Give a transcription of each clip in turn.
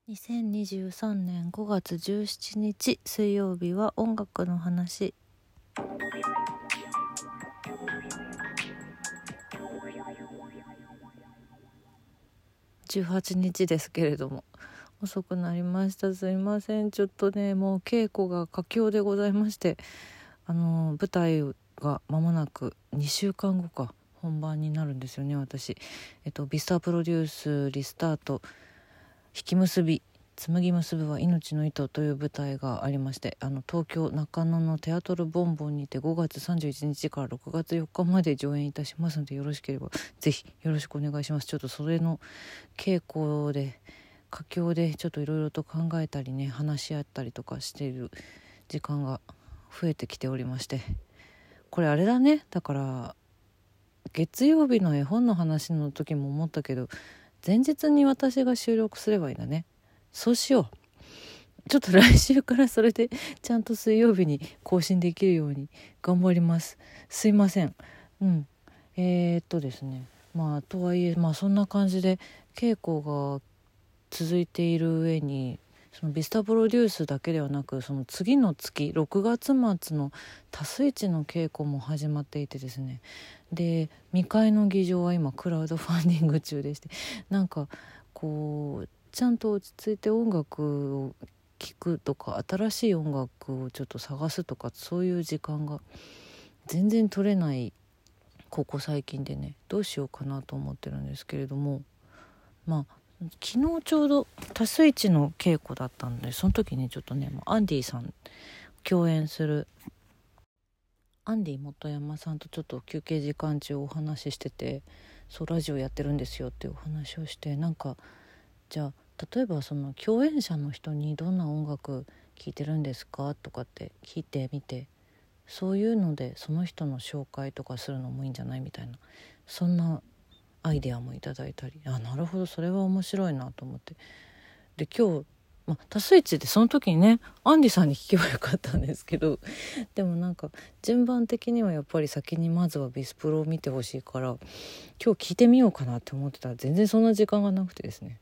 2023年5月17日水曜日は音楽の話。18日ですけれども遅くなりました。すいません。ちょっとねもう稽古が佳境でございまして、舞台が間もなく2週間後か本番になるんですよね。私ビスタープロデュースリスタート引き結び紡ぎ結ぶは命の糸という舞台がありまして、東京中野のテアトルボンボンにて5月31日から6月4日まで上演いたしますので、よろしければぜひよろしくお願いします。ちょっとそれの稽古で佳境でちょっといろいろと考えたりね話し合ったりとかしている時間が増えてきておりまして、これあれだね、だから月曜日の絵本の話の時も思ったけど、前日に私が収録すればいいんだね。そうしよう。ちょっと来週からそれでちゃんと水曜日に更新できるように頑張ります。すいません。ですね、とはいえそんな感じで稽古が続いている上に、そのビスタプロデュースだけではなく、その次の月6月末の多数市の稽古も始まっていてですね、で未開の議場は今クラウドファンディング中でして、なんかこうちゃんと落ち着いて音楽を聴くとか新しい音楽をちょっと探すとか、そういう時間が全然取れないここ最近でね、どうしようかなと思ってるんですけれども、昨日ちょうど多数市の稽古だったので、その時にちょっとねアンディさん共演するアンディ元山さんとちょっと休憩時間中お話ししてて、そうラジオやってるんですよっていうお話をして、なんかじゃあ例えばその共演者の人にどんな音楽聴いてるんですかとかって聞いてみて、そういうのでその人の紹介とかするのもいいんじゃないみたいな、そんなアイデアもいただいたり、なるほどそれは面白いなと思って、で今日多数一でその時にねアンディさんに聞けばよかったんですけど、でもなんか順番的にはやっぱり先にまずはビスプロを見てほしいから今日聞いてみようかなって思ってたら、全然そんな時間がなくてですね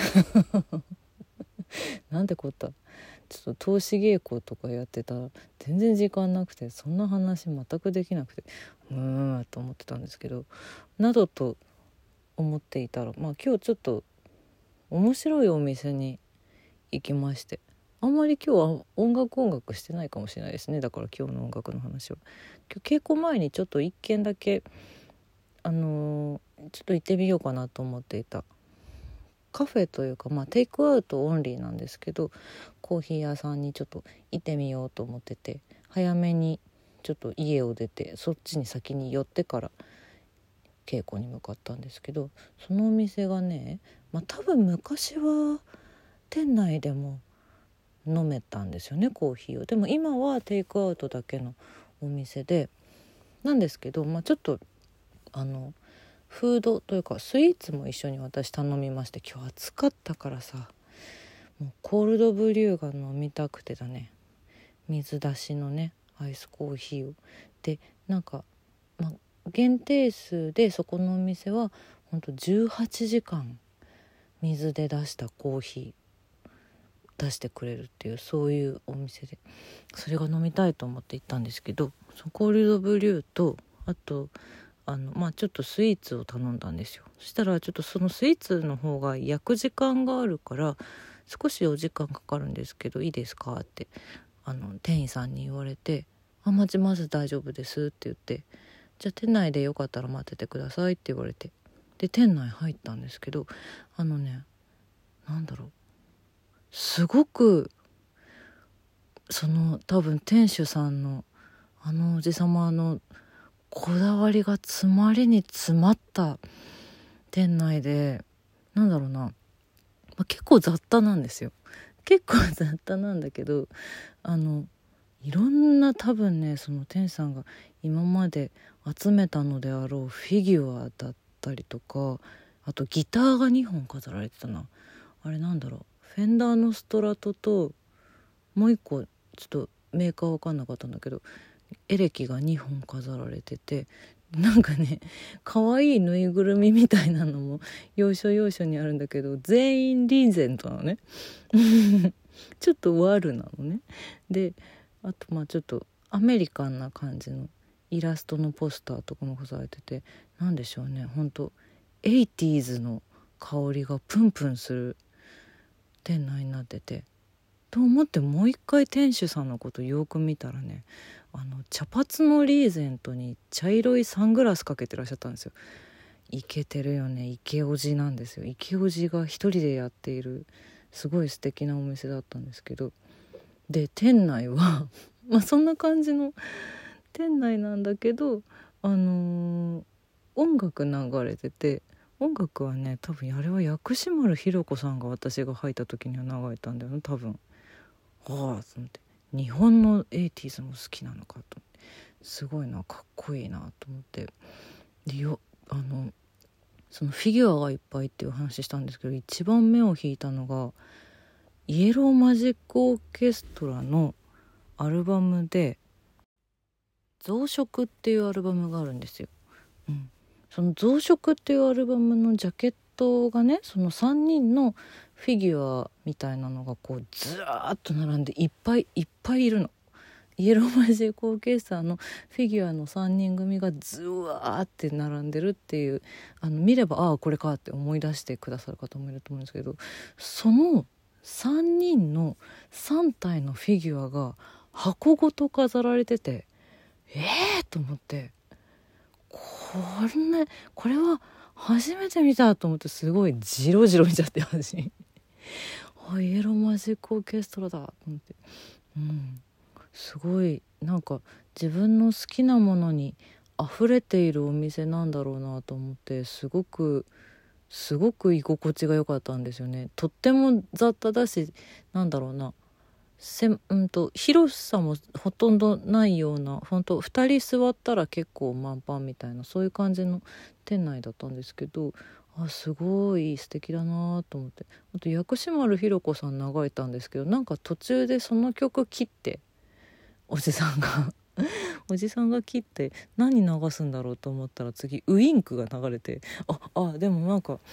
なんでこったちょっと投資稽古とかやってたら全然時間なくて、そんな話全くできなくてと思ってたんですけど、などと思っていたら今日ちょっと面白いお店に行きまして、あんまり今日は音楽してないかもしれないですね。だから今日の音楽の話は今日稽古前にちょっと一軒だけちょっと行ってみようかなと思っていたカフェというかテイクアウトオンリーなんですけど、コーヒー屋さんにちょっと行ってみようと思ってて、早めにちょっと家を出てそっちに先に寄ってから稽古に向かったんですけど、そのお店がね、多分昔は店内でも飲めたんですよねコーヒーを。でも今はテイクアウトだけのお店でなんですけど、ちょっとフードというかスイーツも一緒に私頼みまして、今日暑かったからさ、もうコールドブリューが飲みたくてだね、水出しのねアイスコーヒーを。でなんか、限定数でそこのお店はほんと18時間水で出したコーヒー出してくれるっていう、そういうお店でそれが飲みたいと思って行ったんですけど、そのコールドブリューとあとちょっとスイーツを頼んだんですよ。そしたらちょっとそのスイーツの方が焼く時間があるから少しお時間かかるんですけどいいですかって店員さんに言われて、待ちます大丈夫ですって言って、じゃあ店内でよかったら待っててくださいって言われて、で店内入ったんですけど、すごく多分店主さんのおじさまのこだわりが詰まりに詰まった店内で、結構雑多なんですよ。結構雑多なんだけどいろんな多分ね、その店主さんが今まで集めたのであろうフィギュアだったりとか、あとギターが2本飾られてたな。フェンダーのストラトともう一個ちょっとメーカー分かんなかったんだけどエレキが2本飾られてて、 なんかね可愛いぬいぐるみみたいなのも要所要所にあるんだけど、全員リーゼントなのねちょっとワルなのね。であとちょっとアメリカンな感じのイラストのポスターとかも飾られてて、なんでしょうね、ほんと 80s の香りがプンプンする店内になってて、と思ってもう一回店主さんのことよく見たらね、茶髪のリーゼントに茶色いサングラスかけてらっしゃったんですよ。イケてるよね。イケオジなんですよ。イケオジが一人でやっているすごい素敵なお店だったんですけど、で店内はそんな感じの店内なんだけど、音楽流れてて、音楽はね多分あれは薬師丸ひろ子さんが私が入った時には流れたんだよね多分。はあと思って、日本の 80s も好きなのかと思って、すごいな、かっこいいなと思って。でそのフィギュアがいっぱいっていう話したんですけど、一番目を引いたのがイエローマジックオーケストラのアルバムで増殖っていうアルバムがあるんですよ、その増殖っていうアルバムのジャケットがね、その3人のフィギュアみたいなのがこうずらーっと並んでいっぱいいっぱいいるの。イエローマジックオーケストラのフィギュアの3人組がずわーって並んでるっていう、見ればこれかって思い出してくださる方もいると思うんですけど、その3人の3体のフィギュアが箱ごと飾られてて、と思って、これは初めて見たと思って、すごいジロジロ見ちゃって私イエローマジックオーケストラだと思って、すごいなんか自分の好きなものに溢れているお店なんだろうなと思って、すごく居心地が良かったんですよね。とっても雑多だし、なんだろうな、広さもほとんどないような、本当2人座ったら結構満帆みたいな、そういう感じの店内だったんですけど、すごい素敵だなと思って。あと薬師丸ひろ子さん流れたんですけど、なんか途中でその曲切っておじさんがおじさんが切って何流すんだろうと思ったら、次ウインクが流れて、でもなんか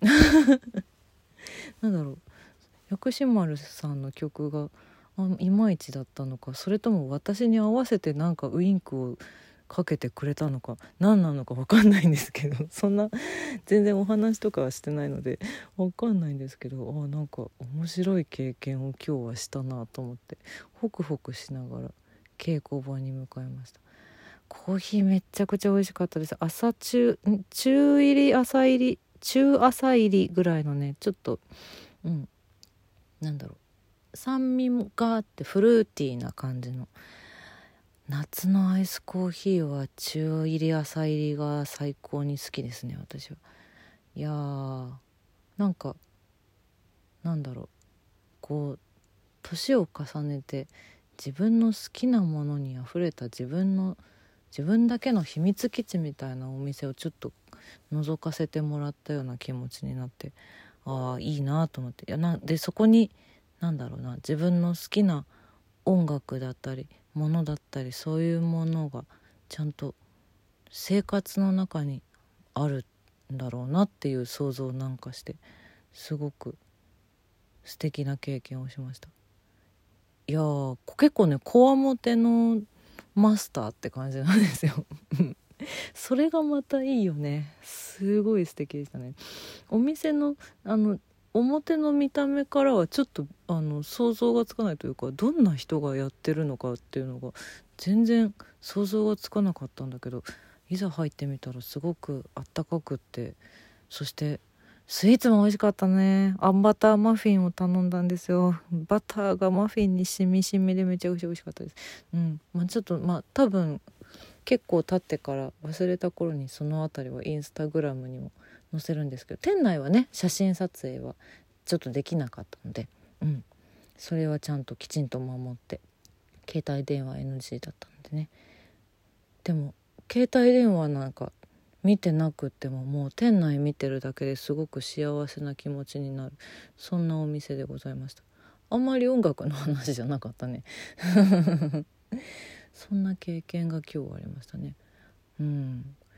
なんだろう、薬師丸さんの曲がいまいちだったのか、それとも私に合わせてなんかウインクをかけてくれたのか何なのか分かんないんですけどそんな全然お話とかはしてないので分かんないんですけど、なんか面白い経験を今日はしたなと思って、ホクホクしながら稽古場に向かいました。コーヒーめっちゃくちゃ美味しかったです。中入り朝入り中朝入りぐらいのね、ちょっとなんだろう、酸味があってフルーティーな感じの。夏のアイスコーヒーは中入り朝入りが最高に好きですね、私は。いやー、なんかなんだろう、こう年を重ねて自分の好きなものにあふれた自分だけの秘密基地みたいなお店をちょっと覗かせてもらったような気持ちになって、いいなと思って。でそこになんだろうな、自分の好きな音楽だったりものだったり、そういうものがちゃんと生活の中にあるんだろうなっていう想像なんかして、すごく素敵な経験をしました。いやー、結構ねこわもてのマスターって感じなんですよそれがまたいいよね。すごい素敵でしたね。お店の表の見た目からはちょっと想像がつかないというか、どんな人がやってるのかっていうのが全然想像がつかなかったんだけど、いざ入ってみたらすごくあったかくって、そしてスイーツも美味しかったね。あんバターマフィンを頼んだんですよ。バターがマフィンにしみしみでめちゃくちゃ美味しかったです。ちょっと多分結構経ってから忘れた頃にそのあたりはインスタグラムにも載せるんですけど、店内はね写真撮影はちょっとできなかったので、それはちゃんときちんと守って、携帯電話 NG だったのでね。でも携帯電話なんか見てなくっても、もう店内見てるだけですごく幸せな気持ちになる、そんなお店でございました。あんまり音楽の話じゃなかったねそんな経験が今日ありましたね。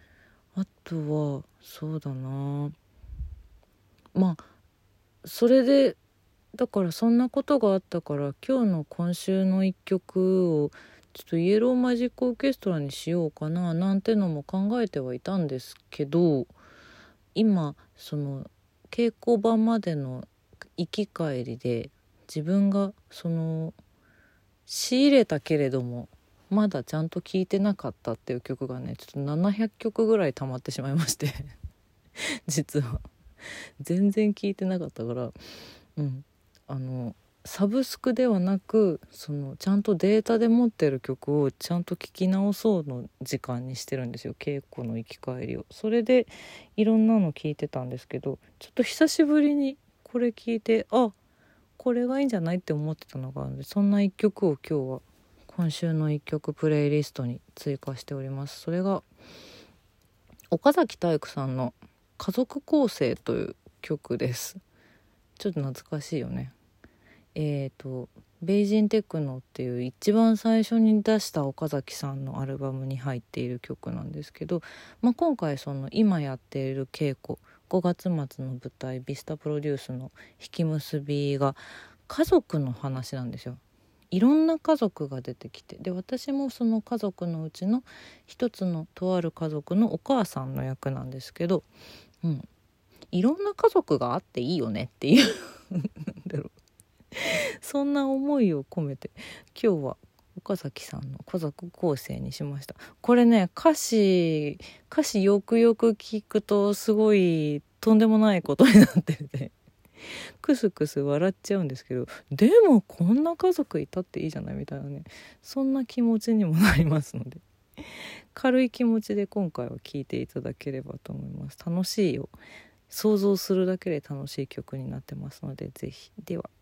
あとはそうだな、まあそれでだからそんなことがあったから今週の一曲をちょっとイエローマジックオーケストラにしようかななんてのも考えてはいたんですけど、今その稽古場までの行き帰りで自分がその仕入れたけれどもまだちゃんと聴いてなかったっていう曲がねちょっと700曲ぐらい溜まってしまいまして実は全然聴いてなかったから、あのサブスクではなくそのちゃんとデータで持ってる曲をちゃんと聴き直そうの時間にしてるんですよ、稽古の行き帰りを。それでいろんなの聴いてたんですけど、ちょっと久しぶりにこれ聴いてこれがいいんじゃないって思ってたのがあるので、そんな一曲を今日は今週の一曲プレイリストに追加しております。それが岡崎体育さんの家族構成という曲です。ちょっと懐かしいよね。ベイジンテクノっていう一番最初に出した岡崎さんのアルバムに入っている曲なんですけど、今回その今やっている稽古5月末の舞台ビスタプロデュースの引き結びが家族の話なんですよ。いろんな家族が出てきて、で私もその家族のうちの一つのとある家族のお母さんの役なんですけど、いろんな家族があっていいよねっていうなんだろう、そんな思いを込めて今日は岡崎さんの家族構成にしました。これね、歌詞よくよく聞くとすごいとんでもないことになっててクスクス笑っちゃうんですけど、でもこんな家族いたっていいじゃないみたいなね、そんな気持ちにもなりますので、軽い気持ちで今回は聴いていただければと思います。楽しいよ、想像するだけで楽しい曲になってますので、ぜひ。では。